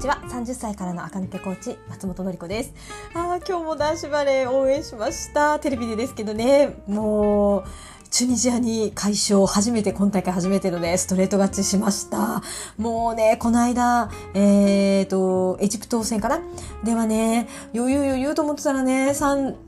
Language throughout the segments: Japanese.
ちは。30歳からの赤抜けコーチ松本の子です。今日も男子バレー応援しました。テレビでですけどね、もうチュニジアに快勝、今大会初めてのねストレート勝ちしました。もうね、この間エジプト戦かなではね、余裕と思ってたらね、第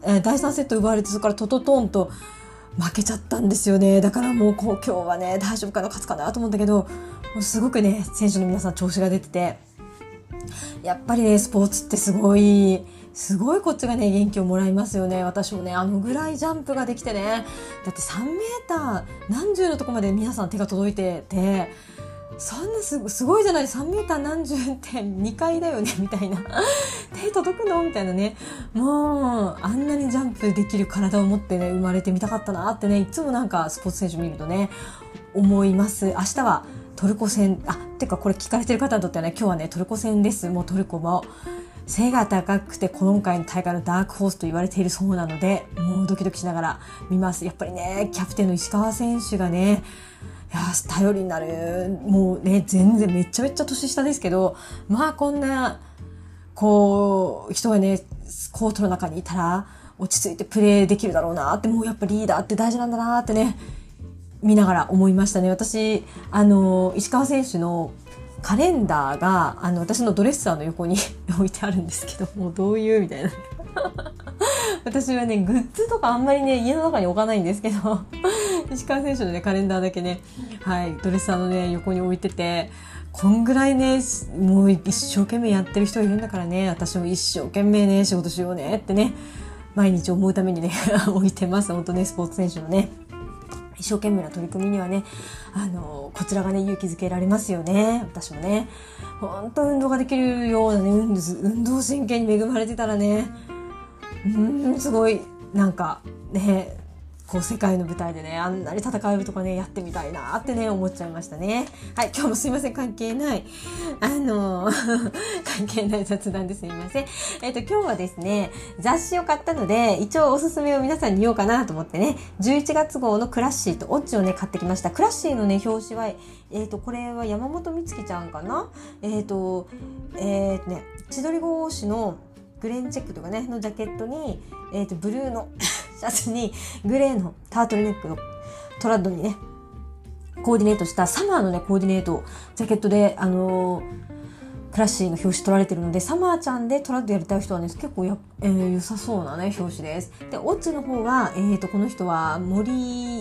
3セット奪われて、そこからトトトンと負けちゃったんですよね。だからもう今日はね、大丈夫かな、勝つかなと思うんだけど、もうすごくね、選手の皆さん調子が出てて、やっぱりね、スポーツってすごいこっちがね、元気をもらいますよね。私もね、あのぐらいジャンプができてね、だって3メーター何十のとこまで皆さん手が届いてて、そんなすごいじゃない、3メーター何十って2階だよねみたいな手届くのみたいなね。もうあんなにジャンプできる体を持ってね、生まれてみたかったなってね、いつもなんかスポーツ選手見るとね思います。明日はトルコ戦、てかこれ聞かれてる方にとってはね、今日はねトルコ戦です。もうトルコも背が高くて今回の大会のダークホースと言われているそうなので、もうドキドキしながら見ます。やっぱりね、キャプテンの石川選手がね、頼りになる。もうね、全然めちゃめちゃ年下ですけど、まあこんな人がねコートの中にいたら落ち着いてプレーできるだろうなって、もうやっぱリーダーって大事なんだなってね、見ながら思いましたね。私石川選手のカレンダーが私のドレッサーの横に置いてあるんですけど、もうどういうみたいな私はね、グッズとかあんまりね家の中に置かないんですけど石川選手のねカレンダーだけね、ドレッサーのね横に置いてて、こんぐらいねもう一生懸命やってる人がいるんだからね、私も一生懸命ね仕事しようねってね、毎日思うためにね置いてます。本当ね、スポーツ選手のね一生懸命な取り組みにはね、こちらがね勇気づけられますよね。私もね、本当運動ができるようなね、運動神経に恵まれてたらね、すごいなんかね、世界の舞台でね、あんなに戦えるとかね、やってみたいなってね思っちゃいましたね。今日もすいません、関係ない関係ない雑談ですいません。今日はですね、雑誌を買ったので一応おすすめを皆さんに言おうかなと思ってね、11月号のクラッシーとオッチをね買ってきました。クラッシーのね表紙はこれは山本美月ちゃんかな、千鳥格子のグレーンチェックとかねのジャケットに、ブルーのシャツにグレーのタートルネックのトラッドにねコーディネートしたサマーのねコーディネートジャケットでクラッシーの表紙取られてるので、サマーちゃんでトラッドやりたい人はね結構良さそうなね表紙です。でオッチの方はこの人は森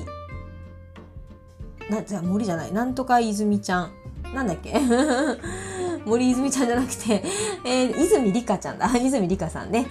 じゃない、なんとか泉ちゃんなんだっけ森泉ちゃんじゃなくて、泉里香ちゃんだ。泉里香さんね、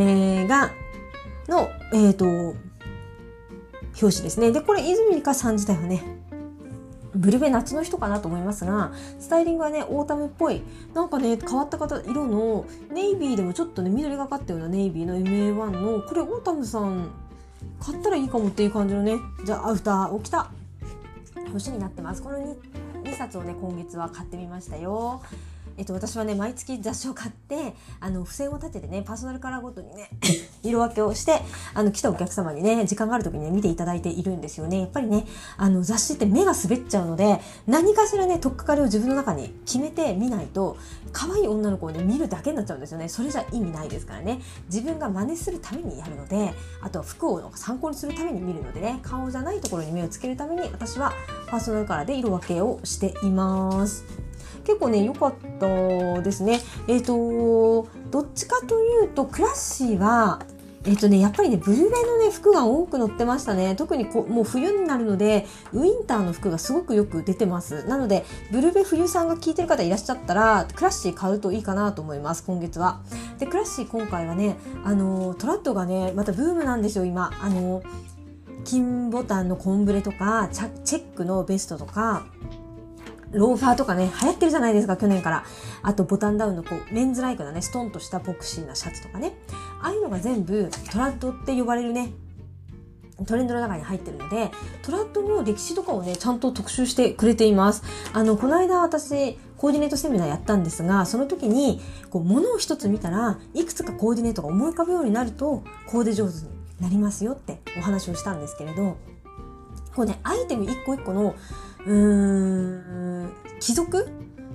の表紙ですね。でこれ泉里香さん自体はねブルベ夏の人かなと思いますが、スタイリングはねオータムっぽい、なんかね変わった色のネイビーでもちょっとね緑がかったようなネイビーの MA1 の、これオータムさん買ったらいいかもっていう感じのね、じゃあアウターを着た表紙になってます。この 2冊をね今月は買ってみましたよ。私はね毎月雑誌を買って付箋を立ててね、パーソナルカラーごとにね色分けをして来たお客様にね時間がある時にね見ていただいているんですよね。やっぱりね雑誌って目が滑っちゃうので、何かしらね取っかかりを自分の中に決めて見ないと、可愛い女の子をね見るだけになっちゃうんですよね。それじゃ意味ないですからね。自分が真似するためにやるので、あとは服を参考にするために見るのでね、顔じゃないところに目をつけるために私はパーソナルカラーで色分けをしています。結構ね良かったですね。どっちかというとクラッシーはやっぱりねブルベのね服が多く載ってましたね。特にもう冬になるのでウィンターの服がすごくよく出てます。なのでブルベ冬さんが聞いてる方いらっしゃったらクラッシー買うといいかなと思います。今月はでクラッシー今回はねトラッドがねまたブームなんですよ今。金ボタンのコンブレとかチェックのベストとかローファーとかね流行ってるじゃないですか、去年から。あとボタンダウンのメンズライクなねストンとしたボクシーなシャツとかね、ああいうのが全部トラッドって呼ばれるねトレンドの中に入ってるので、トラッドの歴史とかをねちゃんと特集してくれています。この間私コーディネートセミナーやったんですが、その時に物を一つ見たらいくつかコーディネートが思い浮かぶようになるとコーデ上手になりますよってお話をしたんですけれど、アイテム一個一個の貴族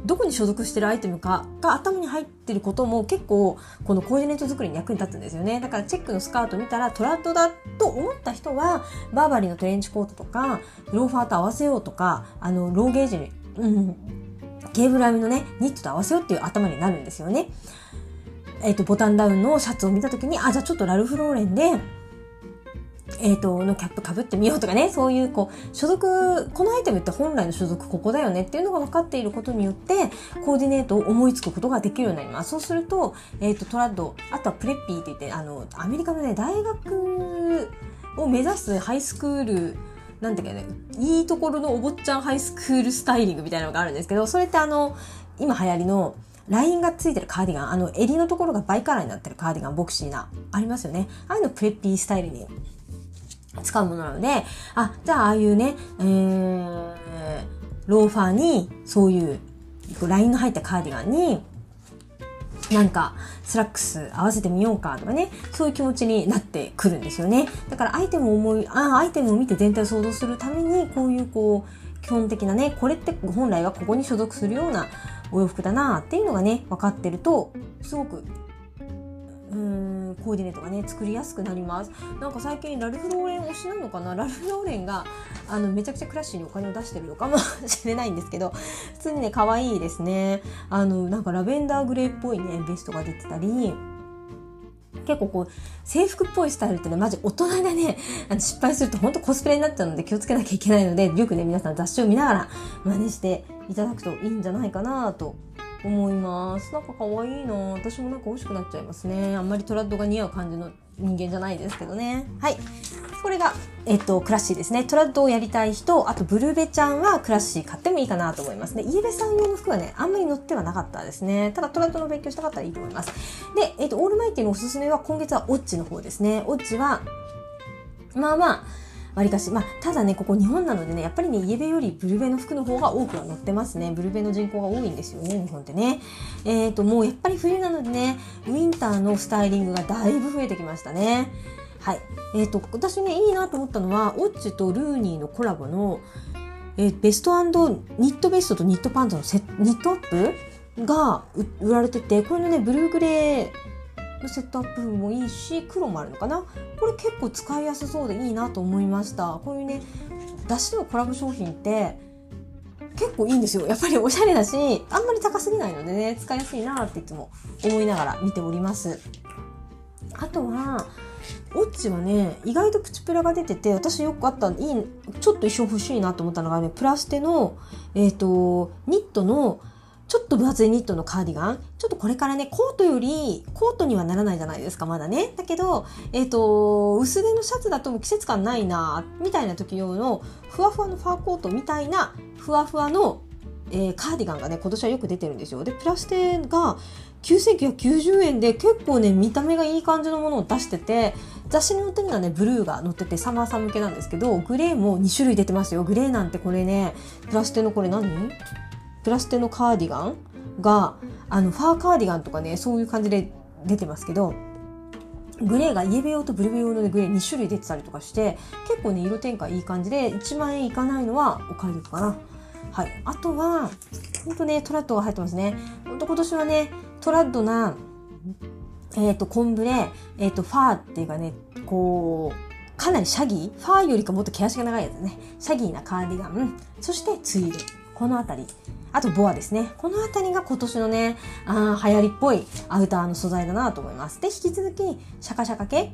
どこに所属してるアイテムかが頭に入ってることも結構このコーディネート作りに役に立つんですよね。だからチェックのスカート見たらトラッドだと思った人はバーバリーのトレンチコートとかローファーと合わせようとかローゲージに、ケーブル編みのねニットと合わせようっていう頭になるんですよね。ボタンダウンのシャツを見た時にじゃあちょっとラルフローレンでのキャップ被ってみようとかね、そういう所属、このアイテムって本来の所属ここだよねっていうのが分かっていることによってコーディネートを思いつくことができるようになります。そうすると、トラッド、あとはプレッピーって言ってアメリカのね大学を目指すハイスクールなんていうかね、いいところのお坊ちゃんハイスクールスタイリングみたいなのがあるんですけど、それって今流行りのラインがついてるカーディガン、襟のところがバイカラーになってるカーディガン、ボクシーなありますよね。ああいうのプレッピースタイルに使うものなので、じゃあああいうね、ローファーにそういうラインの入ったカーディガンになんかスラックス合わせてみようかとかね、そういう気持ちになってくるんですよね。だからアイテムを見て全体を想像するためにこういう基本的なね、これって本来はここに所属するようなお洋服だなっていうのがね分かってるとすごくコーディネートがね作りやすくなります。なんか最近ラルフローレン推しなのかな、ラルフローレンがめちゃくちゃクラッシーにお金を出してるのかもしれないんですけど、普通にね可愛いですね。なんかラベンダーグレーっぽいねベストが出てたり、結構制服っぽいスタイルってねマジ大人でね失敗すると本当コスプレになっちゃうので気をつけなきゃいけないので、よくね皆さん雑誌を見ながら真似していただくといいんじゃないかなと思います。なんか可愛いな、私もなんか欲しくなっちゃいますね。あんまりトラッドが似合う感じの人間じゃないですけどね。はい、これがクラッシーですね。トラッドをやりたい人、あとブルベちゃんはクラッシー買ってもいいかなと思いますね。イエベさん用の服はねあんまり載ってはなかったですね。ただトラッドの勉強したかったらいいと思います。で、オールマイティのおすすめは今月はオッチの方ですね。オッチはわりかし、ただねここ日本なのでねやっぱりねイエベよりブルベの服の方が多くは載ってますね。ブルベの人口が多いんですよね日本ってね。もうやっぱり冬なのでねウィンターのスタイリングがだいぶ増えてきましたね。はい、私ねいいなと思ったのはオッチとルーニーのコラボの、ベスト&ニットベストとニットパンツのニットアップが売られてて、これのねブルーグレーのセットアップもいいし黒もあるのかな。これ結構使いやすそうでいいなと思いました。こういうね雑誌のコラボ商品って結構いいんですよ。やっぱりおしゃれだしあんまり高すぎないのでね使いやすいなっていつも思いながら見ております。あとはオッチはね意外とプチプラが出てて、私よくあったちょっと一生欲しいなと思ったのがね、プラステのニットのちょっと分厚いニットのカーディガン、ちょっとこれからねコートにはならないじゃないですかまだね。だけど薄手のシャツだともう季節感ないなみたいな時用のふわふわのファーコートみたいなふわふわの、カーディガンがね今年はよく出てるんですよ。でプラステが9990円で結構ね見た目がいい感じのものを出してて、雑誌に載ってるのはねブルーが載っててサマーさん向けなんですけど、グレーも2種類出てますよ。グレーなんてこれねプラステのこれプラステのカーディガンがファーカーディガンとかねそういう感じで出てますけど、グレーがイエベ用とブルベ用の、ね、グレー2種類出てたりとかして結構ね色展開いい感じで1万円いかないのはお買い得かな。はい、あとはほんとねトラッドが入ってますね。ほんと今年はねトラッドなコンブレファーっていうかねかなりシャギー、ファーよりかもっと毛足が長いやつね、シャギーなカーディガン、そしてツイード、このあたり、あとボアですね。このあたりが今年のね流行りっぽいアウターの素材だなと思います。で引き続きシャカシャカ系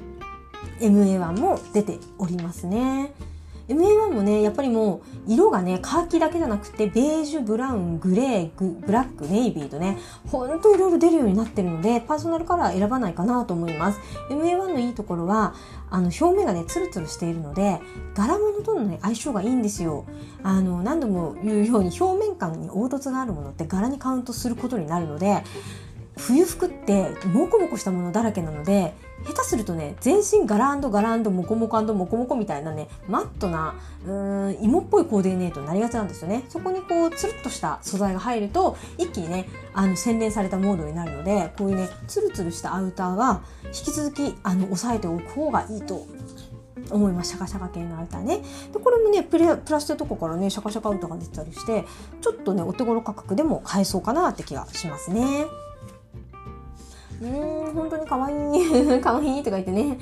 MA1 も出ておりますね。MA1 もねやっぱりもう色がねカーキだけじゃなくてベージュ、ブラウン、グレー、ブラック、ネイビーとねほんといろいろ出るようになってるのでパーソナルカラー選ばないかなと思います。 MA1 のいいところは表面がねツルツルしているので柄物とのね相性がいいんですよ。何度も言うように表面感に凹凸があるものって柄にカウントすることになるので、冬服ってモコモコしたものだらけなので下手するとね全身ガランドモコモコモコモコみたいなねマットな芋っぽいコーディネートになりがちなんですよね。そこにつるっとした素材が入ると一気にね洗練されたモードになるので、こういうねツルツルしたアウターは引き続き押さえておく方がいいと思います。シャカシャカ系のアウターね。でこれもねプラスとかからねシャカシャカアウターが出てたりして、ちょっとねお手頃価格でも買えそうかなって気がしますね。本当に可愛い可愛いとか言ってね。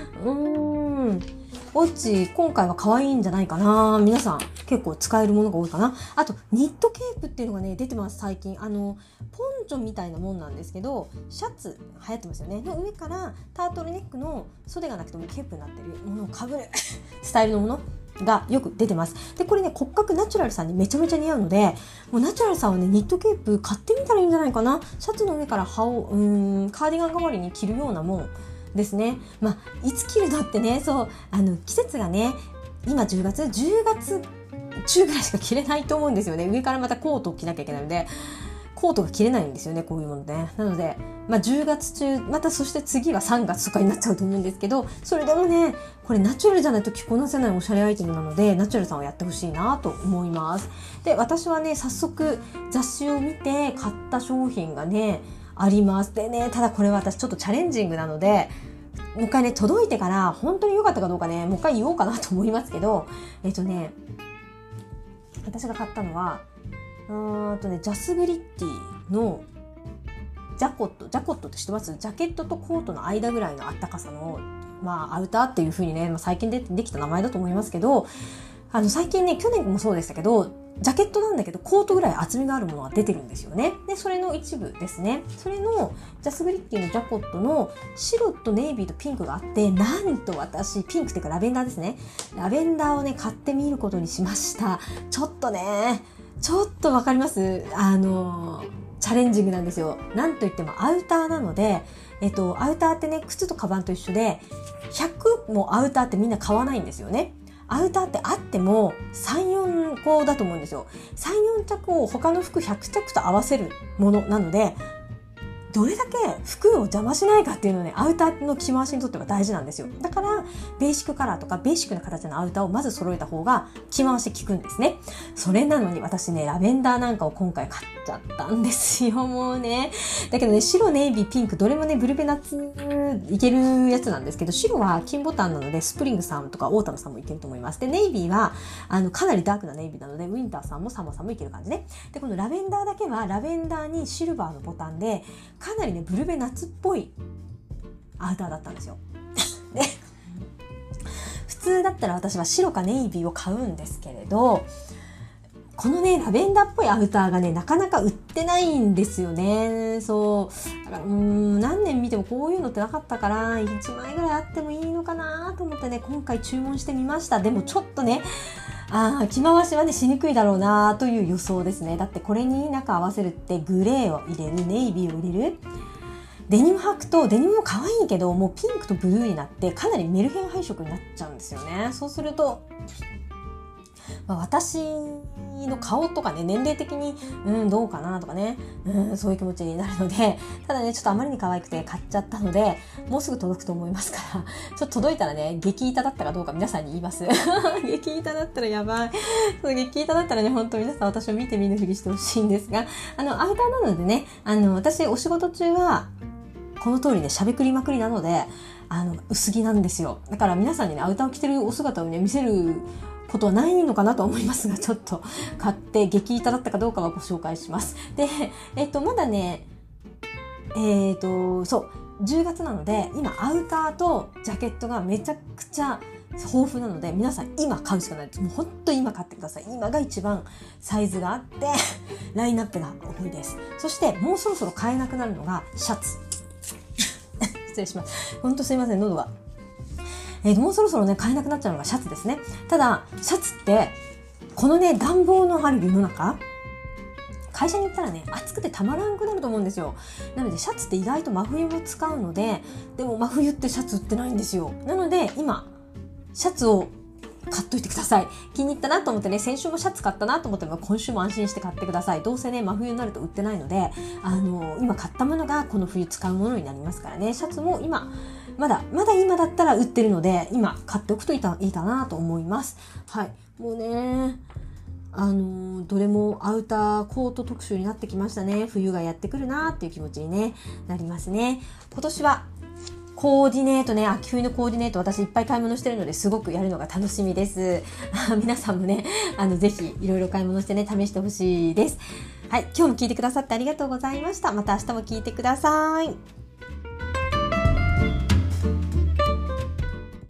オッチ今回は可愛いんじゃないかな。皆さん結構使えるものが多いかな。あとニットケープっていうのがね出てます最近。ポンチョみたいなもんなんですけど、シャツ流行ってますよね。の上からタートルネックの袖がなくてもケープになってるものをかぶるスタイルのものがよく出てます。でこれね骨格ナチュラルさんにめちゃめちゃ似合うので、もうナチュラルさんはねニットケープ買ってみたらいいんじゃないかな。シャツの上からカーディガン代わりに着るようなもんですね。いつ着るのってね、そう季節がね今10月中ぐらいしか着れないと思うんですよね。上からまたコートを着なきゃいけないのでコートが着れないんですよね、こういうものね。なので、10月中またそして次は3月とかになっちゃうと思うんですけど、それでもねこれナチュラルじゃないと着こなせないおしゃれアイテムなので、ナチュラルさんはやってほしいなと思います。で私はね早速雑誌を見て買った商品がねあります。でね、ただこれは私ちょっとチャレンジングなので、もう一回ね届いてから本当に良かったかどうかねもう一回言おうかなと思いますけど、私が買ったのはジャスグリッティのジャコットって知ってます？ジャケットとコートの間ぐらいのあったかさの、アウターっていう風にね、最近できた名前だと思いますけど、最近ね去年もそうでしたけど、ジャケットなんだけどコートぐらい厚みがあるものが出てるんですよね。でそれの一部ですね。それのジャスグリッティのジャコットの白とネイビーとピンクがあって、なんと私ピンクっていうかラベンダーですね。ラベンダーをね買ってみることにしました。ちょっとわかります？チャレンジングなんですよ。なんといってもアウターなので、アウターってね靴とカバンと一緒で100もアウターってみんな買わないんですよね。アウターってあっても 3,4 個だと思うんですよ。3,4 着を他の服100着と合わせるものなので、どれだけ服を邪魔しないかっていうのね、アウターの着回しにとっては大事なんですよ。だからベーシックカラーとかベーシックな形のアウターをまず揃えた方が着回し効くんですね。それなのに私ねラベンダーなんかを今回買っちゃったんですよ。もうねだけどね白ネイビーピンクどれもねブルベナッツいけるやつなんですけど、白は金ボタンなのでスプリングさんとかオータムさんもいけると思います。でネイビーはかなりダークなネイビーなのでウィンターさんもサマーさんもいける感じね。でこのラベンダーだけはラベンダーにシルバーのボタンでかなりねブルベナッツっぽいアウターだったんですよ。で普通だったら私は白かネイビーを買うんですけれど、このねラベンダーっぽいアウターがねなかなか売ってないんですよね。そうだから何年見てもこういうのってなかったから、1枚ぐらいあってもいいのかなと思ってね今回注文してみました。でもちょっとね着回しはねしにくいだろうなという予想ですね。だってこれに中合わせるってグレーを入れる、ネイビーを入れる、デニム履くとデニムも可愛いけどもうピンクとブルーになってかなりメルヘン配色になっちゃうんですよね。そうすると私の顔とかね年齢的にどうかなとかねそういう気持ちになるので、ただねちょっとあまりに可愛くて買っちゃったのでもうすぐ届くと思いますから、ちょっと届いたらね激イタだったかどうか皆さんに言います激イタだったらやばい。そう激イタだったらね本当に皆さん私を見て見ぬふりしてほしいんですが、アウターなのでね私お仕事中はこの通りねしゃべくりまくりなので薄着なんですよ。だから皆さんにねアウターを着てるお姿をね見せることはないのかなと思いますが、ちょっと買って激イタだったかどうかはご紹介します。でまだねそう10月なので今アウターとジャケットがめちゃくちゃ豊富なので皆さん今買うしかないです。もう本当に今買ってください。今が一番サイズがあってラインナップが多いです。そしてもうそろそろ買えなくなるのがシャツ失礼します。本当すいません喉がもうそろそろね買えなくなっちゃうのがシャツですね。ただシャツってこのね暖房のある世の中、会社に行ったらね暑くてたまらんくなると思うんですよ。なのでシャツって意外と真冬も使うので、でも真冬ってシャツ売ってないんですよ。なので今シャツを買っといてください。気に入ったなと思ってね、先週もシャツ買ったなと思っても今週も安心して買ってください。どうせね真冬になると売ってないので今買ったものがこの冬使うものになりますからね。シャツも今まだ今だったら売ってるので今買っておくといいかなと思います。はい、もうねどれもアウターコート特集になってきましたね。冬がやってくるなっていう気持ちに、ね、なりますね。今年はコーディネートね、秋冬のコーディネート私いっぱい買い物してるのですごくやるのが楽しみです。皆さんもね、ぜひいろいろ買い物してね、試してほしいです。はい、今日も聞いてくださってありがとうございました。また明日も聞いてください。